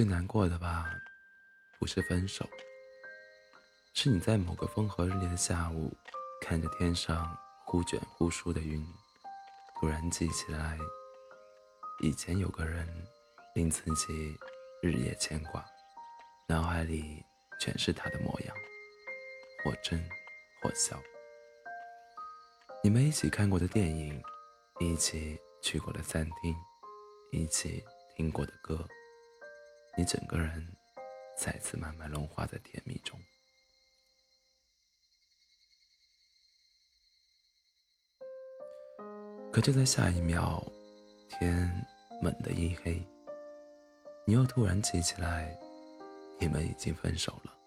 最难过的吧，不是分手，是你在某个风和日丽的下午，看着天上忽卷忽舒的云，突然记起来，以前有个人令自己日夜牵挂，脑海里全是他的模样，或真或笑。你们一起看过的电影，一起去过的餐厅，一起听过的歌，你整个人再次慢慢融化在甜蜜中。可就在下一秒，天猛地一黑，你又突然记起来，你们已经分手了。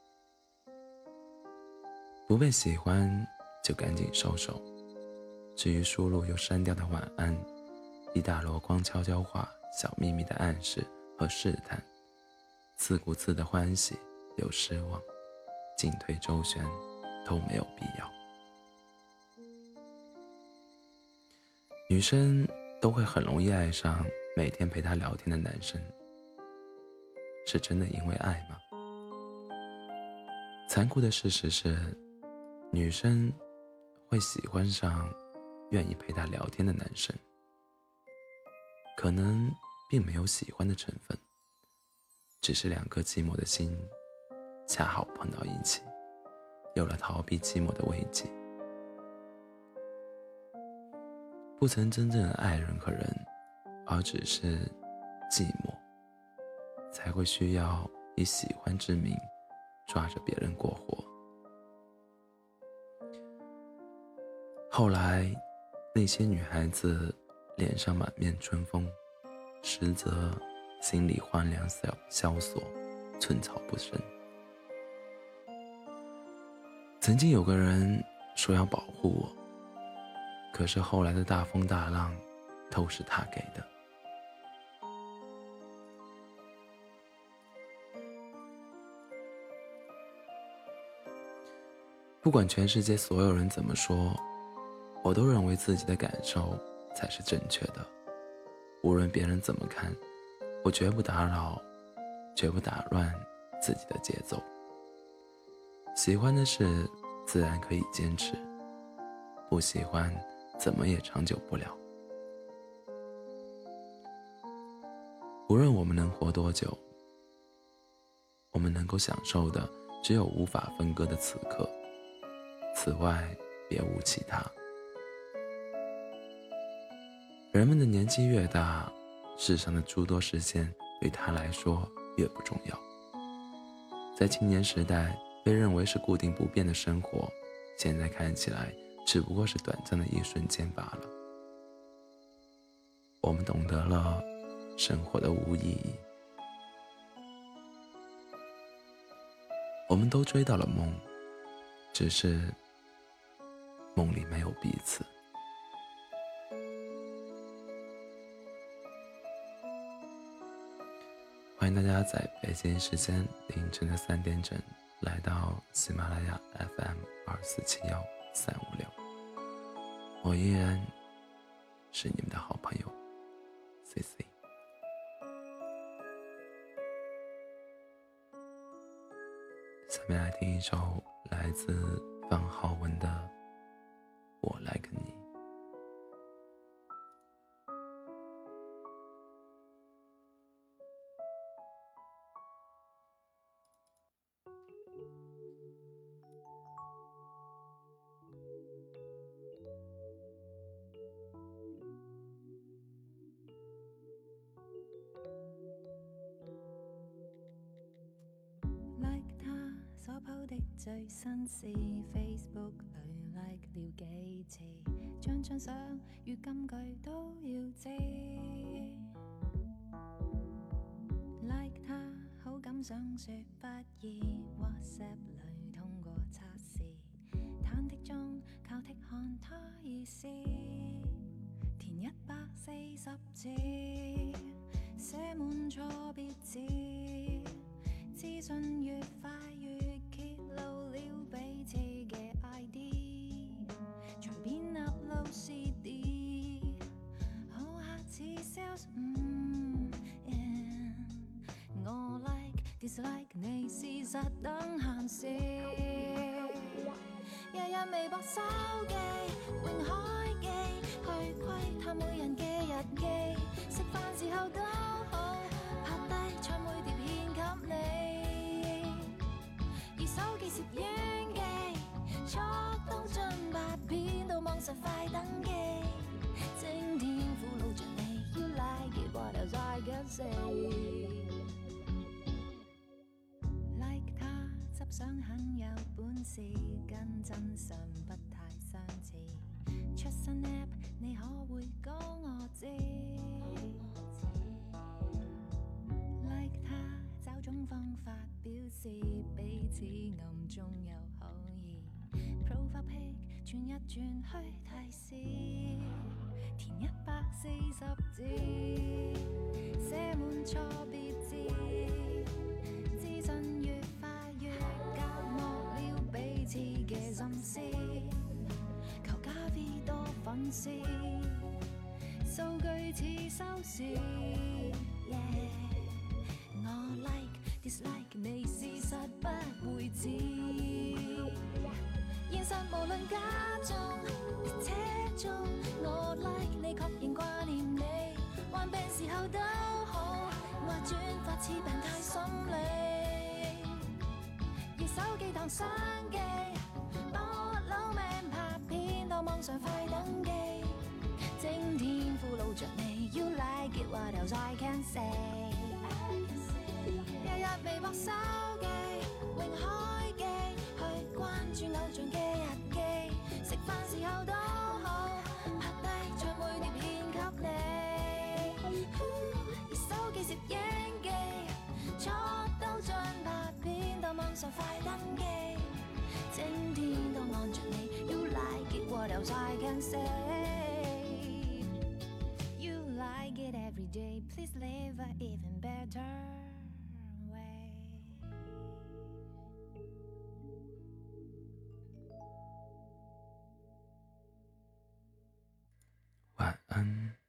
不被喜欢就赶紧收手，至于输入又删掉的晚安，一大箩筐悄悄话、小秘密的暗示和试探，自顾自的欢喜又失望，进退周旋都没有必要。女生都会很容易爱上每天陪她聊天的男生，是真的因为爱吗？残酷的事实是，女生会喜欢上愿意陪她聊天的男生，可能并没有喜欢的成分，只是两颗寂寞的心恰好碰到一起，有了逃避寂寞的慰藉。不曾真正的爱任何人，而只是寂寞，才会需要以喜欢之名抓着别人过活。后来那些女孩子脸上满面春风，实则心里荒凉萧索，寸草不生。曾经有个人说要保护我，可是后来的大风大浪都是他给的。不管全世界所有人怎么说，我都认为自己的感受才是正确的。无论别人怎么看，我绝不打扰，绝不打乱自己的节奏。喜欢的事自然可以坚持，不喜欢怎么也长久不了。无论我们能活多久，我们能够享受的只有无法分割的此刻，此外别无其他。人们的年纪越大，世上的诸多实现对他来说越不重要。在青年时代被认为是固定不变的生活，现在看起来只不过是短暂的一瞬间罢了。我们懂得了生活的无意义，我们都追到了梦，只是梦里没有彼此。欢迎大家在北京时间凌晨的3点整来到喜马拉雅 FM2471356，我依然是你们的好朋友 CC。 下面来听一首来自方浩文的《我来跟你》。 所 po 的最新事 Facebook 里 like 了幾次，張相與金句都要知。like 他好感想說不易 ，WhatsApp 裏通過測試，忐忑中靠剔看他意思，填140字，寫滿錯別字。資訊越快越揭露了彼此嘅 ID， 隨便 upload CD， 好客似 sales，yeah， 我 dislike 你事實等閒事，日日微博手機，永海記，去窺探每人嘅日記，食飯時候都好，拍低唱每碟獻給你，而手機攝影機，速到進八片到網上快登記，整天俘虜着你 ，You like it what else I can say。Like 他執相很有本事，跟真相不太相似。出新 app 你可會講我知 ？Like 他找種方法表示彼此暗中有好意。Profile pic 轉一轉去提示，填140字，寫滿錯別字。資訊越快越隔膜了彼此嘅心思，求加 V 多粉絲，數據似收視。Yeah， 我 like dislike 你事實不會知，現實無論假中且中，我 like 你確認掛念你，患病時候都好，我轉發似病態心理，而手機當相機，搏老命拍片到網上快登記，整天俘虜着你 ，You like it what else I can say。日日微博手機，永海記，去關注偶像嘅日記，食飯時候都好，拍低唱每碟獻給你，而手機攝影機，速到進拍片到網上快登記，整天都按着你 ，You like it what else I can say。You like it every day, please live an even better way。 晚安。